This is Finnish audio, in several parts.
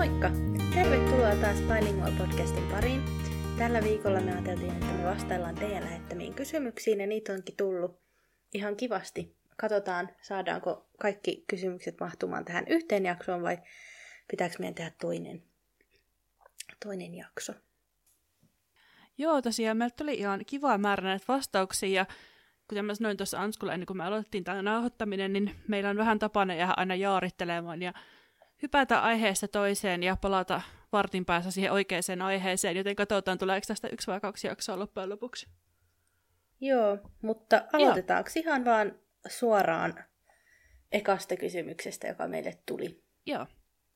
Moikka! Tervetuloa taas Bilingual-podcastin pariin. Tällä viikolla me ajateltiin, että me vastaillaan teidän lähettämiin kysymyksiin ja niitä onkin tullut ihan kivasti. Katsotaan, saadaanko kaikki kysymykset mahtumaan tähän yhteen jaksoon vai pitääkö meidän tehdä toinen jakso. Joo, tosiaan meiltä tuli ihan kiva määrä näitä vastauksia ja kuten mä sanoin tuossa Anskulla ennen kuin me aloitettiin tämä nauhoittaminen, niin meillä on vähän tapana jäädä aina jaarittelemaan ja hypätä aiheesta toiseen ja palata vartin päässä siihen oikeaan aiheeseen, joten katsotaan, tuleeko tästä 1 vai 2 jaksoa loppujen lopuksi. Joo, mutta aloitetaanko ihan vaan suoraan ekasta kysymyksestä, joka meille tuli? Joo.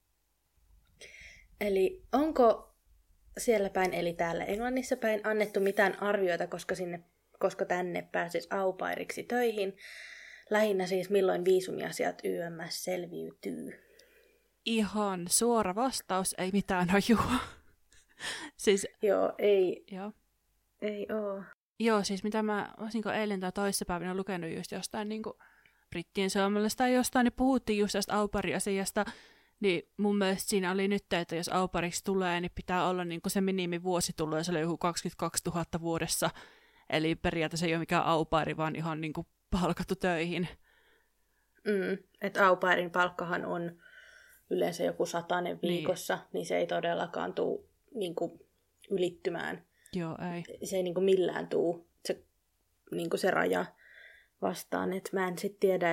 Eli onko siellä päin, eli täällä Englannissa päin, annettu mitään arvioita, koska tänne pääsisi au pairiksi töihin? Lähinnä siis milloin viisumiasiat YMS selviytyy? Ihan suora vastaus, ei mitään hajua. Siis, Joo, ei. Joo. Ei oo. Joo, siis mitä mä olisinko eilen tai toissapäivänä lukenut just jostain niin kuin brittien suomalaisesta tai jostain, niin puhuttiin just tästä au pair-asiasta, niin mun mielestä siinä oli nyt, että jos au pairiksi tulee, niin pitää olla niin kuin se minimivuositulo, ja se oli joku 22 000 vuodessa. Eli periaatteessa ei ole mikään au pairi, vaan ihan niin kuin palkattu töihin. Että au pairin palkkahan on yleensä joku 100 viikossa, niin se ei todellakaan tule niin kuin ylittymään. Joo, ei. Se ei niin kuin millään tule se raja vastaan. Et mä en sitten tiedä,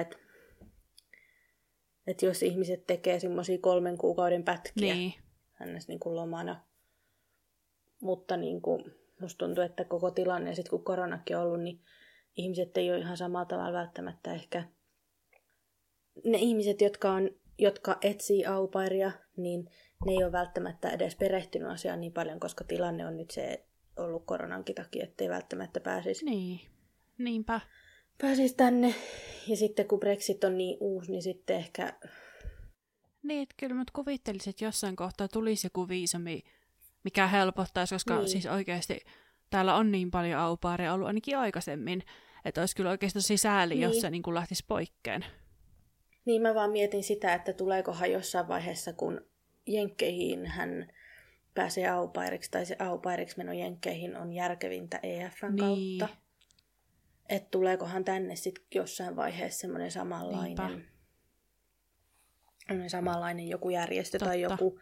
että jos ihmiset tekee semmoisia 3 kuukauden pätkiä hännäs niin kuin lomana. Mutta niin kuin, musta tuntuu, että koko tilanne, ja sitten kun koronakin on ollut, niin ihmiset ei ole ihan samalla tavalla välttämättä ehkä. Ne ihmiset, jotka etsii au pairia, niin ne ei ole välttämättä edes perehtynyt asiaan niin paljon, koska tilanne on nyt se ollut koronankin takia, ettei välttämättä pääsisi. Niin, niinpä. Pääsisi tänne. Ja sitten kun Brexit on niin uusi, niin sitten ehkä... Niin, kyllä mä kuvittelisin, että jossain kohtaa tulisi joku viisumi, mikä helpottaisi, koska siis oikeasti täällä on niin paljon au paireja ollut ainakin aikaisemmin, että olisi kyllä oikeasti tosi sääli, jos se niin kuin lähtisi poikkeen. Niin, mä vaan mietin sitä, että tuleekohan jossain vaiheessa, kun Jenkkeihin hän pääsee au pairiksi, tai se au pairiksi meno Jenkkeihin on järkevintä EF:n kautta. Että tuleekohan tänne sitten jossain vaiheessa semmoinen samanlainen joku järjestö tai joku,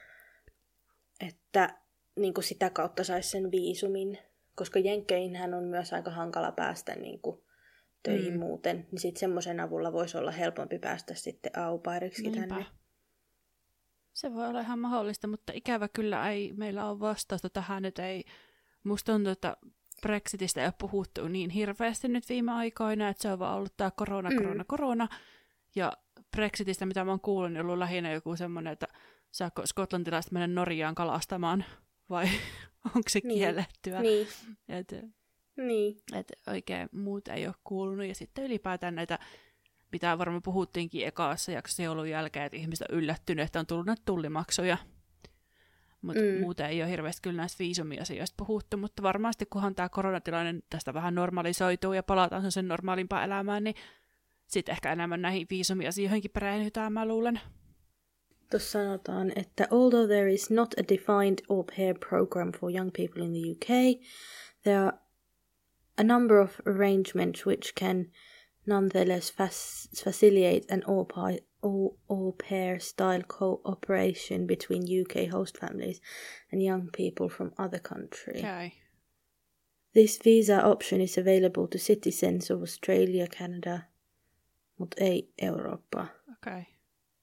että niin kuin sitä kautta saisi sen viisumin, koska Jenkkeihinhän on myös aika hankala päästä niin kuin töihin muuten, niin sitten semmoisen avulla voisi olla helpompi päästä sitten au pairiksi tänne. Se voi olla ihan mahdollista, mutta ikävä kyllä ei meillä ole vastausta tähän. Nyt ei, musta tuntuu, että Brexitistä ei ole puhuttu niin hirveästi nyt viime aikoina, että se on vaan ollut tämä korona. Ja Brexitistä, mitä mä oon kuullut, niin on ollut lähinnä joku semmoinen, että saako skotlantilaiset mennä Norjaan kalastamaan, vai onko se kiellettyä? Niin. Että oikein muut ei ole kuulunut. Ja sitten ylipäätään näitä, mitä varmaan puhuttiinkin ekassa jaksossa joulun jälkeen, että ihmiset on yllättynyt, että on tullut näitä tullimaksuja. Mutta muuten ei ole hirveästi kyllä näistä viisumiasioista puhuttu, mutta varmasti kunhan tämä koronatilanne tästä vähän normalisoituu ja palataan sen normaalimpaan elämään, niin sitten ehkä enemmän näihin viisumiasioihinkin perehdytään, mä luulen. Tuossa sanotaan, että although there is not a defined au pair program for young people in the UK, there are a number of arrangements which can nonetheless facilitate an au pair style cooperation between UK host families and young people from other countries. Okay. This visa option is available to citizens of Australia, Canada, mutta ei Eurooppaa. Okei. Okay.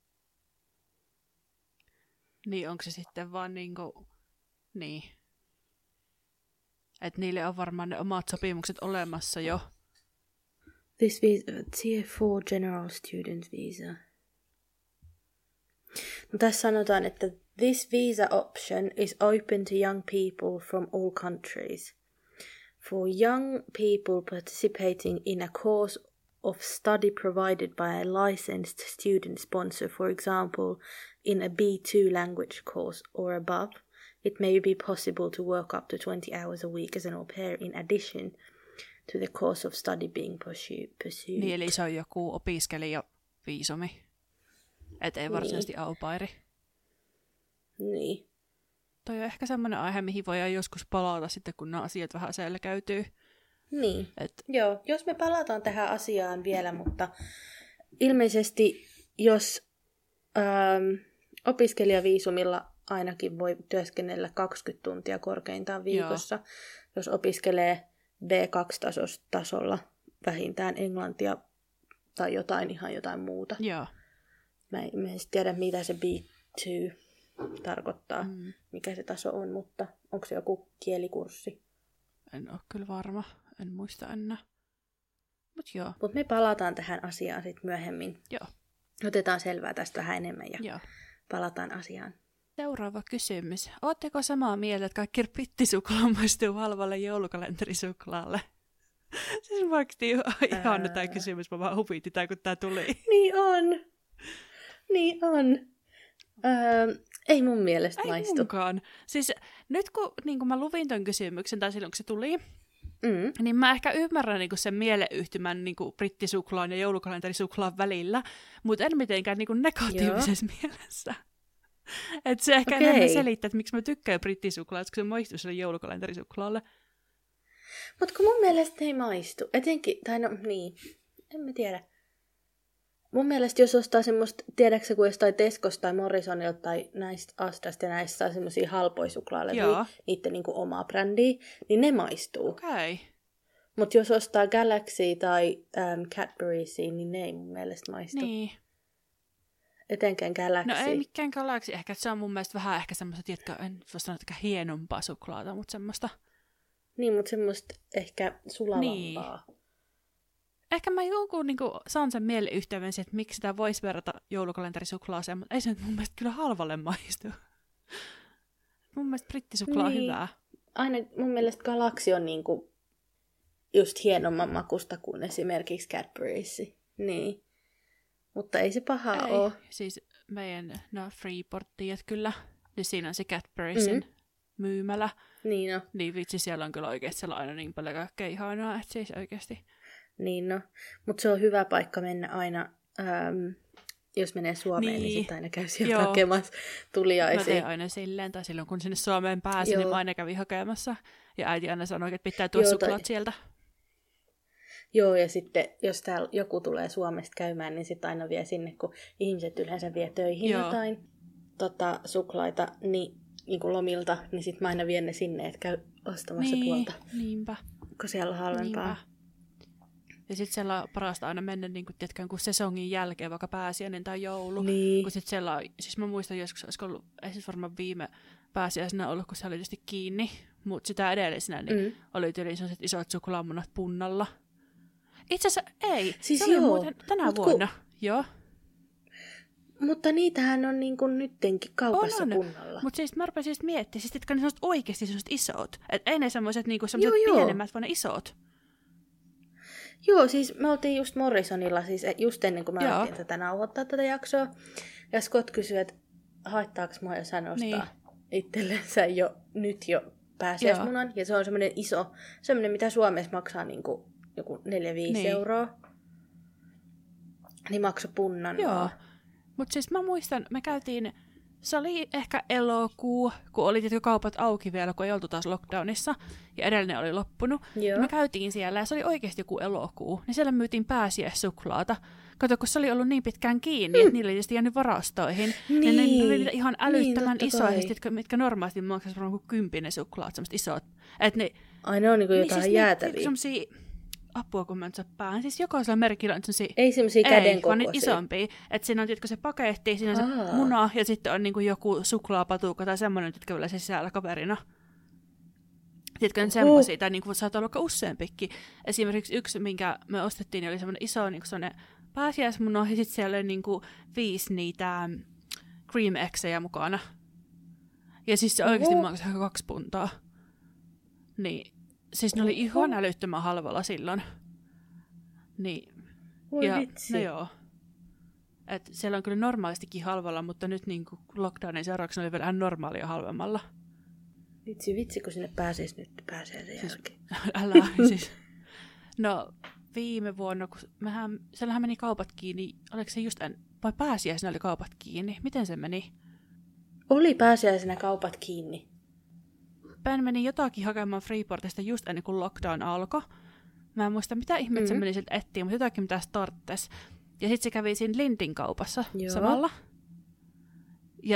Niin onko se sitten vaan niinku, niin. Että niille on varmaan ne omat sopimukset olemassa jo. This visa, Tier 4 General Student Visa. No, tässä sanotaan, että this visa option is open to young people from all countries. For young people participating in a course of study provided by a licensed student sponsor, for example, in a B2 language course or above, it may be possible to work up to 20 hours a week as an au pair in addition to the course of study being pursued. Niin, eli se on joku opiskelijaviisumi. Että ei varsinaisesti au pairi. Niin. Toi on ehkä semmoinen aihe, mihin voidaan joskus palata sitten, kun nämä asiat vähän selkäytyy. Niin. Joo, jos me palataan tähän asiaan vielä, mutta ilmeisesti jos opiskelijaviisumilla ainakin voi työskennellä 20 tuntia korkeintaan viikossa, jos opiskelee B2-tasolla vähintään englantia tai ihan jotain muuta. Joo. Mä en tiedä, mitä se B2 tarkoittaa, mikä se taso on, mutta onko se joku kielikurssi? En ole kyllä varma, en muista enää. Mut me palataan tähän asiaan sitten myöhemmin. Joo. Otetaan selvää tästä vähän enemmän ja palataan asiaan. Seuraava kysymys. Ootteko samaa mieltä, että kaikki pittisuklaa maistuu halvalle joulukalenterisuklaalle? Siis vaikka ihan tämä kysymys, mä vaan huvitin kun tää tuli. Niin on. Ei mun mielestä maistu. Ei munkaan. Siis nyt kun mä luvin ton kysymyksen, tai silloin kun se tuli, niin mä ehkä ymmärrän sen mieleyhtymän brittisuklaan ja joulukalenterisuklaan välillä, mutta en mitenkään negatiivisessa mielessä. Että se ehkä enemmän selittää, että miksi mä tykkään brittisuklaa, koska se maistuu sille joulukalenterisuklaalle. Mutta kun mun mielestä ei maistu. Etenkin, tai no niin, en mä tiedä. Mun mielestä jos ostaa semmoista, tiedätkö kun jostain Tescosta tai Morrisonilta tai näistä Astasta ja näistä saa semmosia halpoja suklaalevyjä, niitten omaa brändiä, niin ne maistuu. Okei. Mutta jos ostaa Galaxy tai Cadburysia, niin ne ei mun mielestä maistu. Niin. Etenkään Galaxy. No ei mikään Galaxy. Ehkä se on mun mielestä vähän ehkä semmoista, tiedätkö, en voi sanoa, että hienompaa suklaata, mutta semmoista. Niin, mutta semmoista ehkä sulavampaa. Niin. Ehkä mä jonkun saan sen mieleyhteyden, että miksi sitä voisi verrata joulukalenterisuklaaseen, mutta ei se nyt mun mielestä kyllä halvalle maistu. Mun mielestä brittisuklaa on hyvää. Aina mun mielestä Galaxy on just hienomman makusta kuin esimerkiksi Cadburysi. Niin. Mutta ei se paha ole. Siis meidän Freeport-tiet kyllä, niin siinä on se Cadburysin myymälä. Niin no. Niin vitsi, siellä on kyllä oikeasti siellä aina niin paljon kaikkea ihanaa, että siis oikeasti. Niin no, mutta se on hyvä paikka mennä aina, jos menee Suomeen, niin sitten aina käy sieltä hakemassa tuliaisia. Mä teen aina silleen, tai silloin kun sinne Suomeen pääsin, niin mä aina kävin hakemassa. Ja äiti aina sanoi, että pitää tuoda suklaat sieltä. Joo, ja sitten jos täällä joku tulee Suomesta käymään, niin sitten aina vie sinne, kun ihmiset yleensä vie töihin jotain suklaita, niin kuin lomilta, niin sitten mä aina vien ne sinne, että käy ostamassa tuolta. Niinpä. Kun siellä on halvempaa. Niinpä. Ja sitten siellä on parasta aina mennä kun sesongin jälkeen, vaikka pääsiäinen tai joulu. Niin. Kun sitten siellä on, siis mä muistan joskus, olisiko ollut, ei siis varmaan viime pääsiäisenä ollut, kun se oli tietysti kiinni. Mutta sitä edellisenä niin oli tyyliin sellaiset isot suklaamunat punnalla. Itse asiassa ei. Siis se oli muuten tänä vuonna. Joo. Mutta niitähän on nyttenkin kaupassa punnalla. Mutta siis mä rupesin miettimään, siis, että ne on oikeasti sellaiset isot. Et ei ne sellaiset pienemmät, vaan ne isot. Joo, siis me oltiin just Morrisonilla, siis just ennen kuin me alettiin tätä nauhoittaa tätä jaksoa. Ja Scott kysyi, että haittaako mua, jos hän ostaa itsellensä nyt jo pääsiäismunan. Ja se on semmoinen iso, semmoinen mitä Suomessa maksaa joku 4-5 euroa. Niin maksoi punnan. Joo, mutta siis mä muistan, me käytiin, se oli ehkä elokuu, kun oli tietysti kaupat auki vielä, kun ei oltu taas lockdownissa, ja edellinen oli loppunut. Ja me käytiin siellä, ja se oli oikeasti joku elokuu, niin siellä myytiin pääsiäissuklaata. Kato, kun se oli ollut niin pitkään kiinni, että niillä oli tietysti jäänyt varastoihin. Niin ne oli niitä ihan älyttömän isoja, mitkä normaalisti maksaisi varmaan kuin 10 suklaat, semmoiset isot. Ai ne on jotain siis jäätäviä. Apua, kun mä nyt saa päähän. Siis jokaisella merkillä on semmosia... Ei semmosia käden kokoisia. Vaan isompia. Että siinä on tietysti se paketti, siinä on se muna ja sitten on joku suklaapatuukka tai semmoinen, jotka vielä se sisällä kaverina. Tiedätkö, ne semmosia, tai saattaa olla vaikka useampikin. Esimerkiksi yksi, minkä me ostettiin, oli semmoinen iso semmoinen pääsiäismuna, ja sitten siellä oli 5 niitä cream eggsejä mukana. Ja siis se oikeasti maksoi 2 puntaa. Niin... Siis ne oli ihan älyttömän halvalla silloin. Niin. Voi vitsi. No joo. Et siellä on kyllä normaalistikin halvalla, mutta nyt lockdownin seuraavaksi oli vielä normaalia halvemmalla. Vitsi, kun sinne pääsisi nyt pääsiäisen jälkeen. Älä siis. No viime vuonna, kun siellähän meni kaupat kiinni, oliko se just vai pääsiäisenä oli kaupat kiinni? Miten se meni? Oli pääsiäisenä kaupat kiinni. Ben meni jotakin hakemaan Freeportista just ennen kuin lockdown alkoi. Mä en muista, mitä ihmettä se meni sieltä etsiä, mutta jotakin mitä starttes. Ja sitten se kävi siinä Lindin kaupassa samalla. Ja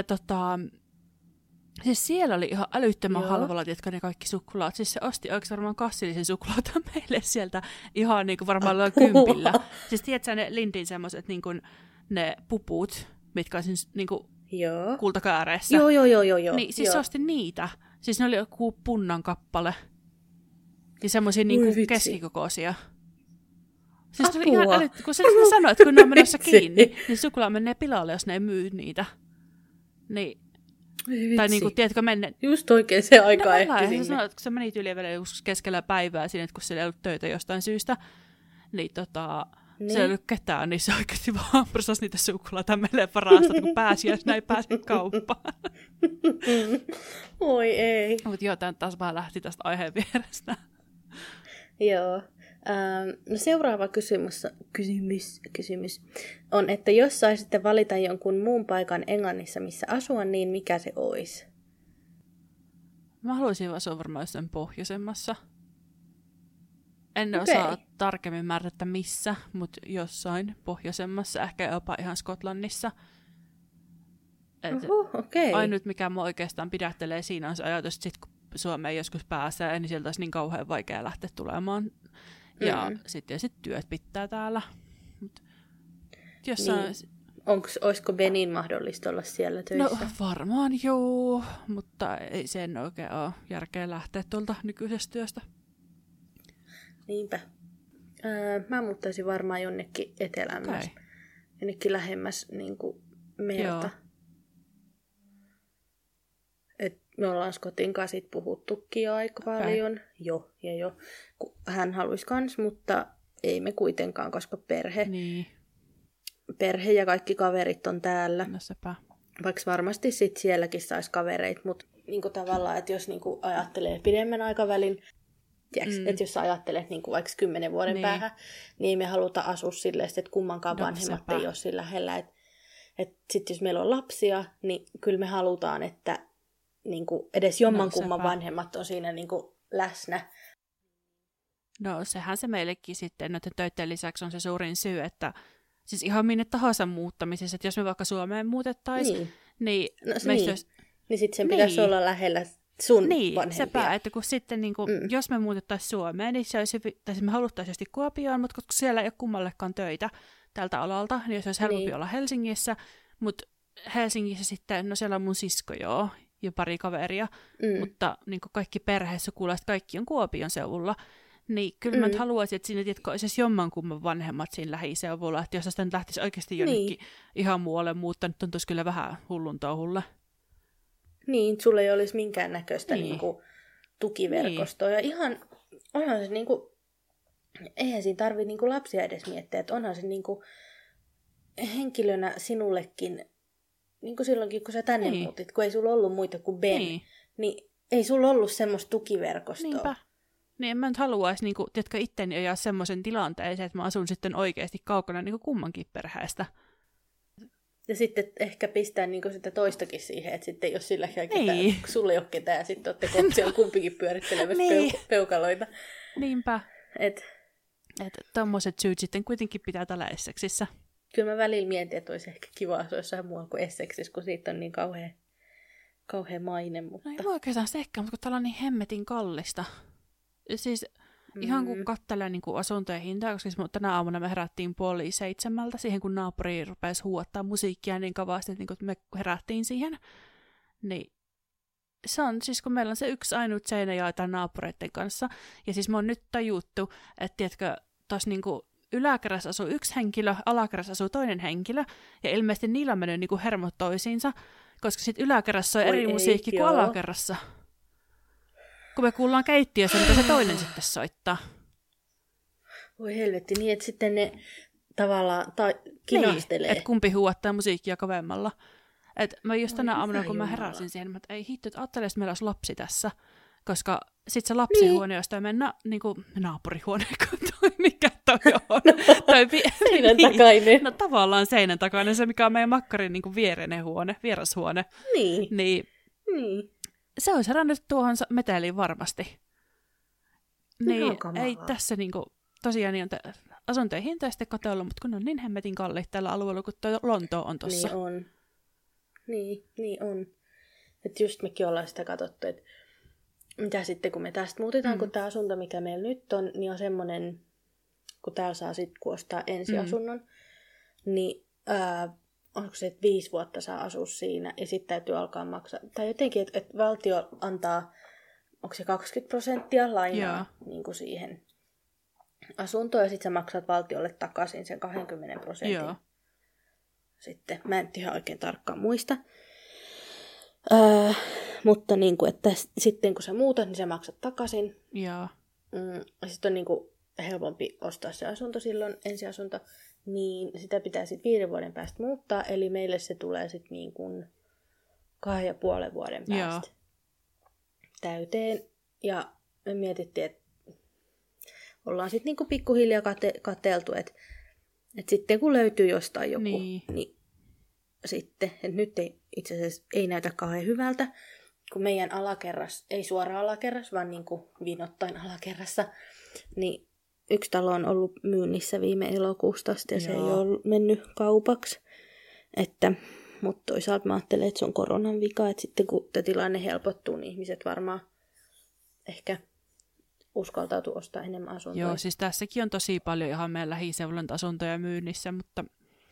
siis siellä oli ihan älyttömän halvalla, tiedätkö, ne kaikki suklaat. Siis se osti oikeasti varmaan kassillisen suklaata meille sieltä ihan niin kuin varmaan kympillä. Siis tiedätkö ne Lindin semmoiset niin kuin ne puput, mitkä on siis niin kuin kultakääreissä. Joo. Niin, siis se osti niitä. Siis ne oli joku punnan kappale. Niin semmoisia niinku keskikokoisia. Siis tuli ihan kun se sanoi, että kun ne on menossa kiinni, niin suklaa menee pilalle, jos ne ei myy niitä. Niin. Tai niinku, tiedätkö, menne... Just oikein se aika ehti sinne. Se sanoi, että kun se meni tyyliin vielä keskellä päivää sinne, että kun siellä ei ollut töitä jostain syystä, niin se ei ollut ketään, niin se oikeasti vaan prosasi niitä suklaata meille varastot, kun pääsiäisenä ei pääse kauppaan. Oi ei. Mutta joo, tämän taas vähän lähti tästä aiheen vierestä. Joo. No seuraava kysymys on, että jos saisitte valita jonkun muun paikan Englannissa, missä asua, niin mikä se olisi? Mä haluaisin asua varmaan jossain pohjoisemmassa. En osaa tarkemmin määrätä missä, mutta jossain pohjoisemmassa, ehkä jopa ihan Skotlannissa. Ainut, mikä mua oikeastaan pidättelee siinä on se ajatus, että sit, kun Suomeen joskus pääsee, niin sieltä olisi niin kauhean vaikea lähteä tulemaan. Ja sitten työt pitää täällä. Mut jossain... Niin. Olisiko Benin mahdollista olla siellä töissä? No varmaan joo, mutta ei sen oikein ole järkeä lähteä tuolta nykyisestä työstä. Niinpä. Mä muuttaisin varmaan jonnekin etelämmäs. Jonnekin lähemmäs niin kuin merta. Et me ollaan Skotin kanssa puhuttukin jo aika paljon. Jo. Hän haluaisi kans, mutta ei me kuitenkaan, koska perhe ja kaikki kaverit on täällä. No sepä. Vaikka varmasti sit sielläkin saisi kavereita, mutta niinku tavallaan, että jos niinku ajattelee pidemmän aikavälin, että jos sä ajattelet niinku vaikka 10 vuoden päähän, niin ei me haluta asua silleen, että kummankaan vanhemmat ei ole sillä lähellä. Että sitten jos meillä on lapsia, niin kyllä me halutaan, että niinku edes jommankumman vanhemmat on siinä niinku läsnä. No sehän se meillekin sitten noiden töiden lisäksi on se suurin syy, että siis ihan minne tahansa muuttamisessa, että jos me vaikka Suomeen muutettaisiin, niin sitten sen pitäisi olla lähellä sun vanhempia. Sepä, että kun sitten niinku, jos me muutettaisiin Suomeen, niin se olisi, tai me haluttaisiin just Kuopioon, mutta koska siellä ei ole kummallekaan töitä tältä alalta, niin se olisi helpompi olla Helsingissä, mutta Helsingissä sitten, no siellä on mun sisko ja pari kaveria, mutta niin kaikki perhesukulaiset, kaikki on Kuopion seudulla. Niin, kyllä mä haluaisin, että siinä olisi jommankumman vanhemmat siinä lähiseudulla, että jos sitä nyt lähtisi oikeasti jonnekin ihan muualle muuttaa, nyt tuntuisi kyllä vähän hullun touhulle. Niin, sulla ei olisi minkäännäköistä niinku tukiverkostoa. Ja onhan se niinku, eihän siinä tarvitse niinku lapsia edes miettiä, että onhan se niinku henkilönä sinullekin, niinku silloinkin kun sä tänne muutit, kun ei sulla ollut muita kuin Ben, niin ei sulla ollut semmoista tukiverkostoa. Niinpä. Niin en mä nyt haluaisi niinku, itteni ajaa semmoisen tilanteeseen, että mä asun sitten oikeasti kaukana niinku kummankin perheestä. Ja sitten ehkä pistää niinku sitä toistakin siihen, että sitten jos sillä ketään, kun sulla ei ole ketään, ja sitten olette siellä kumpikin pyörittelemässä peukaloita. Niinpä. Että tommoset syyt sitten kuitenkin pitää täällä Essexissa. Kyllä mä välillä mietin, että olisi ehkä kiva asua jossain muualla kuin Essexissa, kun siitä on niin kauhean maine. Mutta... No ei oikeastaan se ehkä, mutta kun täällä on niin hemmetin kallista. Siis ihan kun katselee niin asuntojen hintaa, koska siis tänä aamuna me herättiin 6:30 siihen, kun naapuri rupesi huuattaa musiikkia niin kavasti, että niin me herättiin siihen. Niin se on siis, kun meillä on se yksi ainut seinä jaetaan naapureiden kanssa. Ja siis me on nyt tajuttu, että tiedätkö, tuossa niin yläkerrassa asuu yksi henkilö, alakerrassa asuu toinen henkilö. Ja ilmeisesti niillä on mennyt niin hermot toisiinsa, koska sitten yläkerrassa on eri musiikki kuin alakerrassa. Kun me kuullaan keittiössä, mitä se toinen sitten soittaa. Voi helvetti, niin että sitten ne tavallaan kinastelee. Niin, että kumpi huuattaa musiikkia kovemmalla. Et mä just tänä aamuna, kun mä heräsin siihen, että ei hitto, että ajattelin, että meillä olisi lapsi tässä. koska sit se lapsihuone, josta mennä niinku naapurihuone, mikä toi on. Seinän takainen. No tavallaan seinän takainen, se mikä on meidän makkarin niinku viereinen huone, vierashuone. Niin. Se olisi herännyt tuohon meteliin varmasti. Niin ei tässä niinku, tosiaan niin on asuntojen hintoja sitten katsellut, mutta kun on niin hemmetin kalliit tällä alueella, kun tuo Lontoa on tossa. Niin on. Niin on. Että just mekin ollaan sitä katsottu, että mitä sitten kun me tästä muutetaan, kun tämä asunto, mikä meillä nyt on, niin on semmoinen, kun täällä saa sitten kun ostaa ensiasunnon, niin onko se, että 5 vuotta saa asua siinä ja sitten täytyy alkaa maksaa. Tai jotenkin, että valtio antaa, onko se 20% lainaa niin kuin siihen asuntoon ja sitten sä maksat valtiolle takaisin sen 20%. Joo. Sitten, mä en ihan oikein tarkkaan muista. Mutta niin kuin, että sitten kun sä muutat, niin sä maksat takaisin. Joo. Sitten on niin kuin helpompi ostaa se asunto silloin, ensiasunto. Niin sitä pitää sitten 5 vuoden päästä muuttaa. Eli meille se tulee sitten niin kuin 2,5 vuoden päästä täyteen. Ja me mietittiin, että ollaan sitten niin kuin pikkuhiljaa katseltu, että sitten kun löytyy jostain joku, niin sitten, että nyt ei itse asiassa ei näytä kauhean hyvältä, kun meidän alakerras, ei suoraan alakerras, vaan niin kuin viinottain alakerrassa, niin yksi talo on ollut myynnissä viime elokuusta asti ja se ei ole mennyt kaupaksi. Mutta toisaalta mä ajattelen, että se on koronan vika, että sitten kun tämä tilanne helpottuu, niin ihmiset varmaan ehkä uskaltautuu ostaa enemmän asuntoja. Joo, siis tässäkin on tosi paljon ihan meidän lähiseudulla asuntoja myynnissä, mutta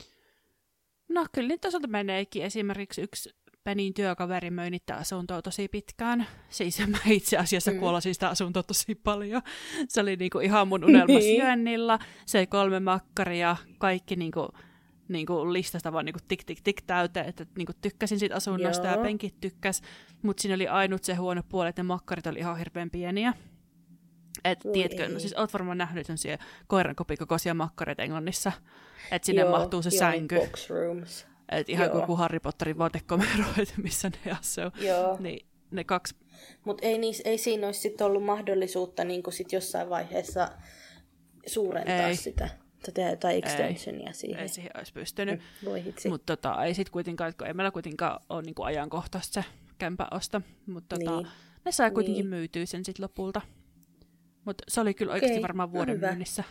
no kyllä niitä asunto meneekin. Esimerkiksi yksi Penin työkaveri möi niitä asuntoa tosi pitkään. Siis mä itse asiassa kuolasin sitä asuntoa tosi paljon. Se oli niinku ihan mun unelmasyönnillä. Se oli 3 makkaria, kaikki niinku listasta vaan niinku tik tik tik täyteen, että niinku tykkäsin siitä asunnosta ja penkit tykkäs. Mutta siinä oli ainut se huono puoli, että ne makkarit oli ihan hirveän pieniä. Tiedätkö, no siis oot varmaan nähnyt sellaisia koirankopikokoisia makkareita Englannissa, että sinne mahtuu se sänky. Et ihan kuin Harry Potterin vaatekomero, missä ne asuu. Niin ne 2. Mutta ei siinä olisi sit ollut mahdollisuutta niin sit jossain vaiheessa suurentaa sitä. Tehdä jotain extensionia siihen. Ei siihen olisi pystynyt. Voi hitsi. Mutta ei sit kuitenkaan, ei meillä kuitenkaan ole niinku ajankohtaista se kämpäosta. Mutta ne sai kuitenkin myytyä sen sit lopulta. Mutta se oli kyllä oikeasti varmaan vuoden myynnissä.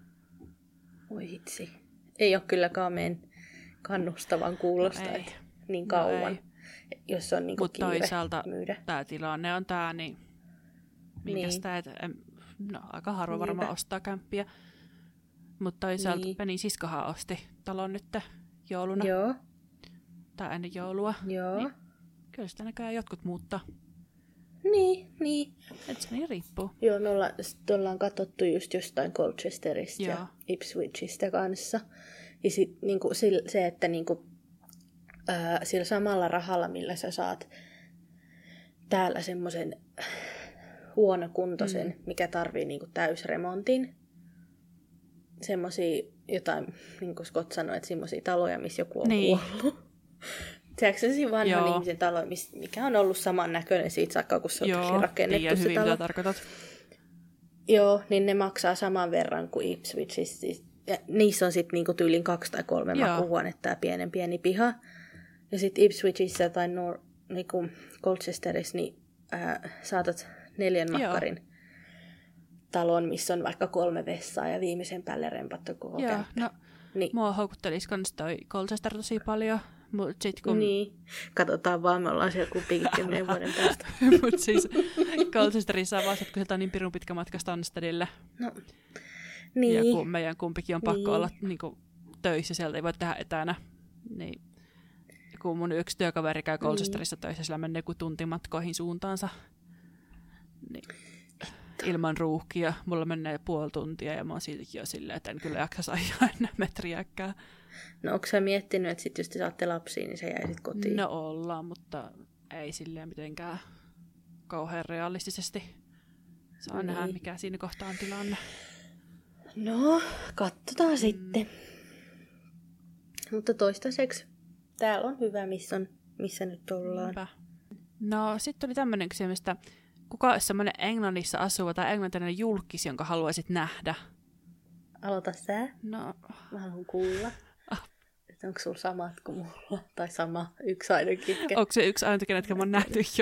Voi hitsi. Ei ole kylläkään meidän kannustavan kuulosta niin kauan, jos on niinku kiire myydä. Mutta toisaalta tämä tilanne on tämä, niin minkäs aika harva varmaan ostaa kämppiä. Mutta toisaalta Penin siskohan osti talon nyt jouluna. Joo. Tai ennen joulua. Joo. Niin, kyllä sitä näköjään jotkut muuttaa. Niin. Että se niin riippuu. Joo, me ollaan katsottu just jostain Colchesterista ja Ipswichistä kanssa. Ja sit, niinku, se, että niinku, sillä samalla rahalla, millä sä saat täällä semmoisen huonokuntoisen, mikä tarvii niinku täysremontin. Semmosia jotain, niin kuin Scott sanoi, että semmosia taloja, missä joku on kuollut. Tiedätkö se vanhan ihmisen talo, mikä on ollut samannäköinen siitä saakka, kun se on rakennettu se hyvin, talo. mitä tarkoitat. Joo, niin ne maksaa saman verran kuin Ipswichissä. Ja niissä on sitten niinku tyylin 2 tai 3 makuuhuonetta ja pieni piha. Ja sitten Ipswichissä tai niinku Colchesterissa niin saatat 4 makkarin talon, missä on vaikka 3 vessaa ja viimeisen päälle rempattu koko kämppä. No, mua houkuttelisi kans toi Colchester tosi paljon. Mut sit kun... Niin, katsotaan vaan, me ollaan siellä kumpikin 10 vuoden päästä. Mutta siis Colchesterissa on vasta, kun sieltä on niin pirun pitkä matka Stanstedille. No, niin. Ja kun meidän kumpikin on pakko olla niinku töissä, sieltä ei voi tehdä etänä. Niin kun mun yksi työkaveri käy Colchesterissa töissä, sillä menee joku tuntimatkoihin suuntaansa. Niin ilman ruuhkia. Mulla menee 0,5 tuntia ja mä oon siitäkin jo silleen, että en kyllä jaksa ajaa enää metriäkään. No onko sä miettinyt, että sit jos te saatte lapsia, niin sä jäisit kotiin? No ollaan, mutta ei silleen mitenkään kauhean realistisesti. Saa nähdä, mikä siinä kohtaa on tilanne. No, katsotaan sitten. Mutta toistaiseksi täällä on hyvä, missä nyt ollaan. No, sitten oli tämmöinen kysymys, että kuka olisi semmoinen Englannissa asuva tai englantilainen julkis, jonka haluaisit nähdä? Aloita sä. No. Mä haluan kuulla. Että onko sulla samat kuin mulla? Tai sama, yksi ainakin. Onko se yksi ainakin, ketkä mä oon nähty jo?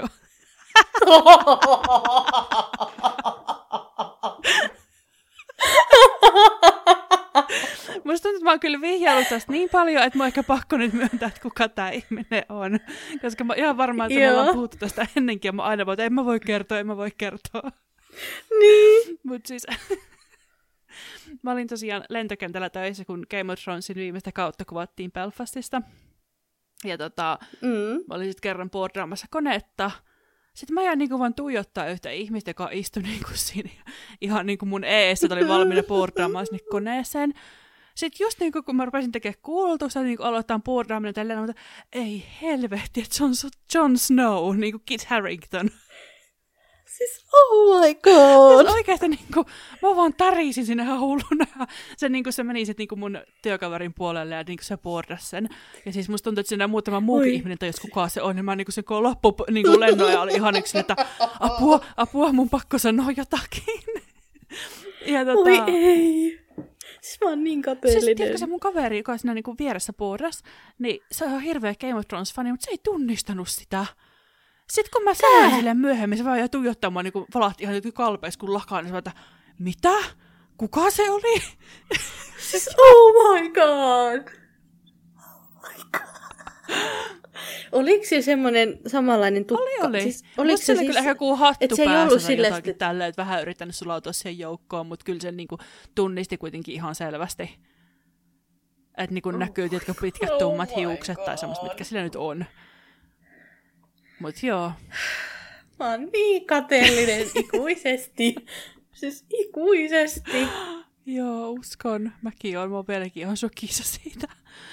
Musta tuntuu, että mä oon kyllä vihjaillut tästä niin paljon, että mä oon ehkä pakko nyt myöntää, että kuka tää ihminen on. Koska mä ihan varmaan, että me ollaan puhuttu tästä ennenkin, ja mä aina voin, että en mä voi kertoa. Niin. Mut siis... Mä olin tosiaan lentokentällä töissä, kun Game of Thronesin viimeistä kautta kuvattiin Belfastista. Ja mä olin sitten kerran boardraamassa konetta. Sitten mä jäin vaan tuijottaa yhtä ihmistä, joka istui siinä ihan mun eessä, oli valmiina boardraamaan sinne koneeseen. Sitten just kun mä rupesin tekemään kuulutusta, aloittaa boardraaminen tälleen, mutta ei helvetti, että se on Jon Snow, Kit Harington. Siis, oh my god! Siis oikeasti mä vaan tärisin sinne ihan hulluna. Se meni sit mun työkaverin puolelle ja se boardasi sen. Ja siis musta tuntuu, että siinä muutama muukin ihminen tajus, kuka se on. Ja mä sen kun loppu lennoja oli ihan yksin, että apua, mun pakko sanoa jotakin. Ja oi ei! Siis mä oon niin kateellinen. Siis tiedätkö se mun kaveri, joka siinä vieressä boardasi, niin se on hirveä Game of Thrones-fani, mutta se ei tunnistanut sitä. Sitten kun mä sanoin silleen myöhemmin, se vaan jäi tuijottamaan, valahti ihan jotenkin kalpeissa kuin lakaan, niin se vaan, että mitä? Kuka se oli? Siis, oh my god! Oh my god! Oliko se semmoinen samanlainen tukka? Oli. Siis, oliko se kyllä ehkä joku hattu päässä tai jotakin että... tälleen, että vähän yrittänyt sulautua siihen joukkoon, mutta kyllä se tunnisti kuitenkin ihan selvästi. Että näkyy, tiedätkö, pitkät tummat hiukset tai semmoista, mitkä sillä nyt on. Mut joo. Mä oon niin kateellinen ikuisesti. Siis ikuisesti. Joo, uskon. Mäkin oon. Mä oon vieläkin ihan shokissa siitä.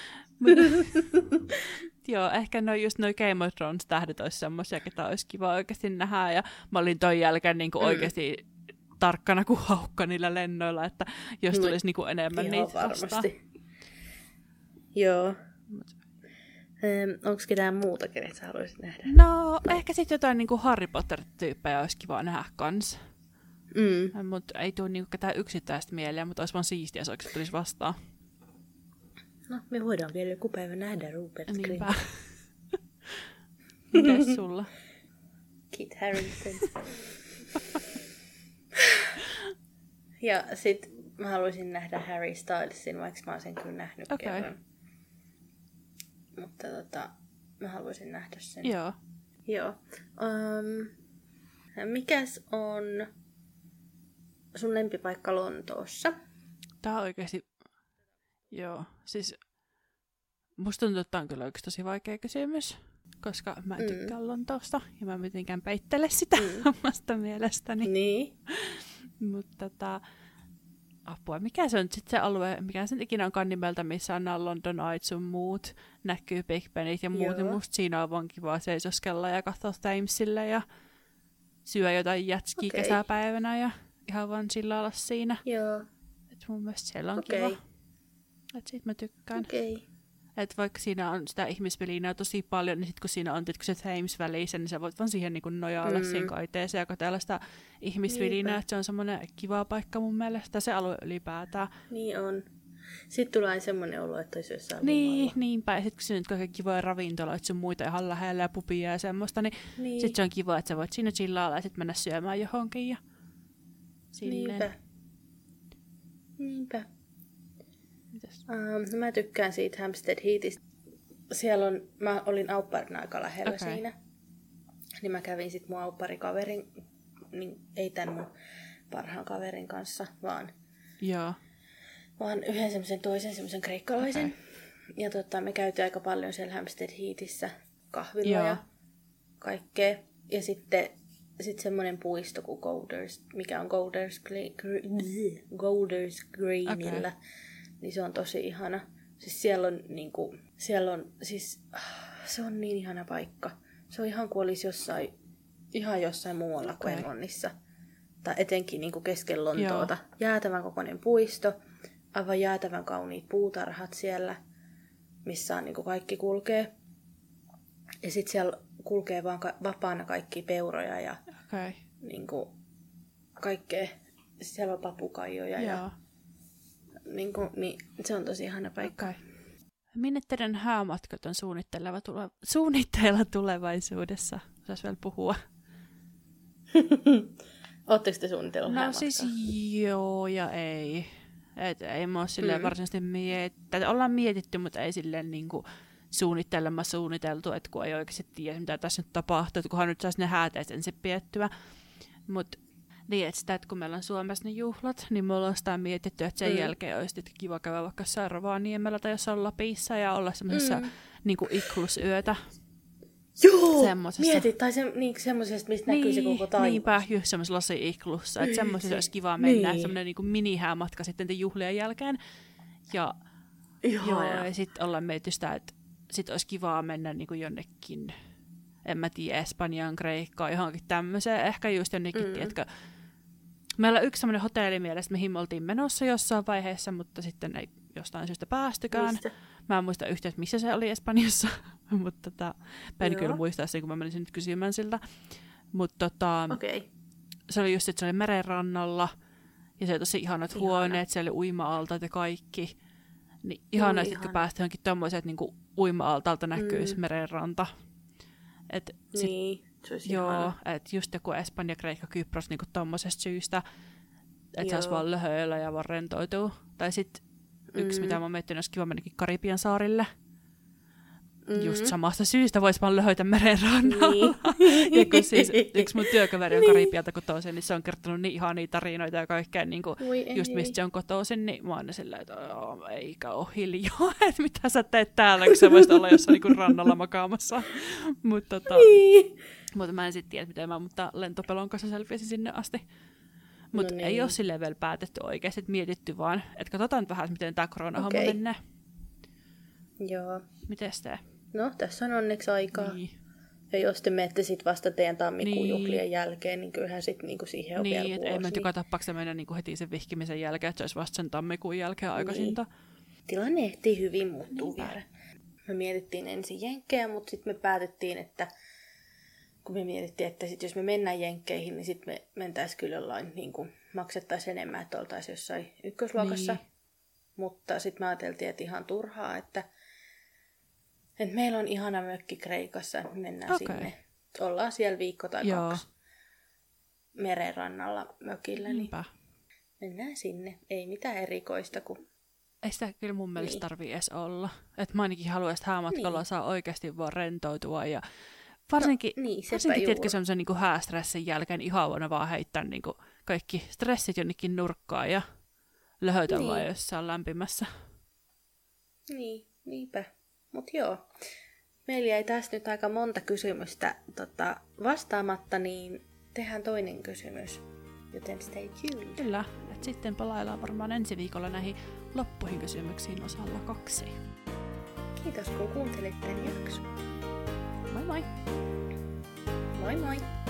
Joo, ehkä just noi Game of Thrones tähdet olisi semmoisia, ketä olisi kiva oikeasti nähdä. Ja mä olin ton jälkeen oikeasti tarkkana kuin haukka niillä lennoilla, että jos tulisi enemmän niitä vastaan. Joo. Onko ketään muuta, kenet sä haluaisit nähdä? No, ehkä sitten jotain Harry Potter-tyyppejä olisi kiva nähdä kans. Mutta ei tule ketään yksittäistä mieleen, mutta olisi vaan siistiä, jos oikeasti tulisi vastaan. No, me voidaan vielä joku päivä nähdä Rupert Grint. Niinpä. Mites sulla? Kit Harington. Ja sit mä haluaisin nähdä Harry Stylesin, vaikka mä oon sen kyllä nähnyt kerran. Mutta mä haluaisin nähdä sen. Joo. Mikäs on sun lempipaikka Lontoossa? Tää on oikeesti... Joo, siis... Musta tuntuu, että tää on kyllä yksi tosi vaikea kysymys, koska mä en tykkää Lontoosta ja mä en mitenkään peittele sitä omasta mielestäni. Niin. Mutta apua, mikä se on sitten se alue, mikä sen ikinä onkaan nimeltä, missä on nämä London Eyes sun muut, näkyy Big Benit ja muut, ja musta siinä on vaan kivaa seisoskella ja katsoa Thamesille ja syö jotain jätskiä kesäpäivänä ja ihan vaan chillailla siinä. Joo. Et mun mielestä siellä on kiva. Et siitä mä tykkään. Että vaikka siinä on sitä ihmisvälinää tosi paljon, niin sitten kun siinä on se Thames välissä, niin sä voit vaan siihen nojailla siihen kaiteeseen ja katsella sitä ihmisvälinää. Että se on semmoinen kiva paikka mun mielestä, se alue ylipäätään. Niin on. Sitten tulee semmoinen olo, että olisi jossain niinpä. Ja sitten kun siinä on kaikki kivoja ravintoloita sun muita ihan lähellä ja pubia ja semmoista, niin sitten se on kiva, että sä voit siinä chillailla ja sitten mennä syömään johonkin. Ja silleen. Niinpä. Mä tykkään siitä Hampstead Heathistä. Siellä mä olin aupparin aika lähellä siinä. Niin mä kävin sit mun aupparikaverin, niin ei tän mun parhaan kaverin kanssa, vaan yhden semmoisen toisen semmoisen kreikkalaisen. Ja me käytiin aika paljon siellä Hampstead Heathissä kahvilla ja kaikkea. Ja sitten semmoinen puisto kuin mikä on Golders Greenillä. Niin se on tosi ihana. Siis siellä on se on niin ihana paikka. Se on ihan kuin olisi jossain muualla kuin Englannissa. Tai etenkin keskellä Lontoota. Jäätävän kokoinen puisto. Aivan jäätävän kauniit puutarhat siellä, missä on kaikki kulkee. Ja sitten siellä kulkee vaan vapaana kaikki peuroja ja niinku kaikkea. Siellä on papukaijoja ja niinku, niin se on tosi ihana paikka. Okay. Minne teidän häämatkat on suunnitteilla tulevaisuudessa? Saisi vielä puhua. Ootteko te suunnitellut häämatkaa? Siis joo ja ei. Ei mä ole silleen varsinaisesti ollaan mietitty, mutta ei silleen niinku suunniteltu, että kun ei oikeasti tiedä, mitä tässä nyt tapahtuu, että kunhan nyt saisi ne hääteet ensin piettyä. Mutta niin, että sitä, että kun meillä on Suomessa ne juhlat, niin me ollaan sitä mietitty, että sen jälkeen olisi kiva käydä vaikka Rovaniemellä tai jossain Lapissa ja olla semmoisessa niinku iklusyötä. Joo, semmosessa. Mietit, tai semmoisesta, mistä näkyy se koko taivas. Niinpä, just semmoisessa lasi-iklussa, että semmoisessa olisi kiva mennä, semmoinen niinku mini-häämatka sitten juhlien jälkeen. Ja sitten ollaan mietitty sitä, että sitten olisi kivaa mennä niinku jonnekin, en mä tiedä, Espanjaan, Kreikkaan, johonkin tämmöiseen, ehkä just jonnekin, tiedätkö. Meillä on yksi semmoinen hotelli mielessä, mihin me oltiin menossa jossain vaiheessa, mutta sitten ei jostain syystä päästykään. Mistä? Mä en muista yhtään, missä se oli Espanjassa, mutta en kyllä muistaa sen, kun mä menisin nyt kysymään siltä. Mutta se oli just, että se oli merenrannalla, ja se oli tosi ihanat huoneet, siellä oli uima-altaat ja kaikki. Niin ihanaa, kun päästä johonkin tommoseen, että niinku uima-altalta näkyisi merenranta. Niin, se olisi ihana. Että just joku Espanja, Kreikka, Kypros niinku tommosesta syystä, että saisi vaan löhöillä ja vaan rentoutua. Tai sitten yksi, mitä mä oon miettinyt, olisi kiva mennäkin Karibian saarille. Just samasta syystä vois vaan löhöitä merenrannalla. Niin. Ja kun siis yksi mun työkaveri on Karibialta kotoisin, niin se on kertonut niin ihania tarinoita ja kaikkea, niin kuin just mistä se on kotoisin, niin mä oon silleen, että eikä ole hiljaa, että mitä sä teet täällä, kun sä voisit olla jossain niin rannalla makaamassa. Mutta mä en sitten tiedä, miten mä lentopelon kanssa selviäisin sinne asti. Mutta ei ole silleen vielä päätetty oikeasti, että mietitty vaan, että katsotaan vähän, miten tämä korona-homma menee. Joo. Mites tee? No, tässä on onneksi aikaa. Niin. Ja jos te menette sitten vasta teidän tammikuun juhlien jälkeen, niin kyllähän sitten niinku siihen on vielä vuosi. Niin, ei me joka tapauksessa mennä niinku heti sen vihkimisen jälkeen, että se olisi vasta sen tammikuun jälkeen aikaisinta. Tilanne ehtii hyvin muuttuu vielä. Me mietittiin ensin jenkkejä, mutta sitten me päätettiin, että kun me mietittiin, että sit jos me mennään jenkkeihin, niin sitten me mentäisiin kyllä jollain, niin maksettaisiin enemmän, että oltaisiin jossain ykkösluokassa. Niin. Mutta sitten me ajateltiin, että ihan turhaa, että meillä on ihana mökki Kreikassa, että mennään sinne. Ollaan siellä viikko tai 2 merenrannalla mökillä, niin mennään sinne. Ei mitään erikoista. Ei sitä kyllä mun mielestä tarvii edes olla. Että mä ainakin haluaisin, että häämatkalla saa oikeasti vaan rentoutua. Ja varsinkin tiedätkö semmoisen niin häästressin jälkeen ihan vuonna vaan heittää niin kaikki stressit jonnekin nurkkaan ja löhötellä jossain lämpimässä. Niin, niinpä. Mut joo, meillä jäi tässä nyt aika monta kysymystä vastaamatta, niin tehdään toinen kysymys. Joten stay tuned. Kyllä, että sitten palaillaan varmaan ensi viikolla näihin loppuihin kysymyksiin osalla 2. Kiitos kun kuuntelit tämän jakson. Moi moi! Moi moi!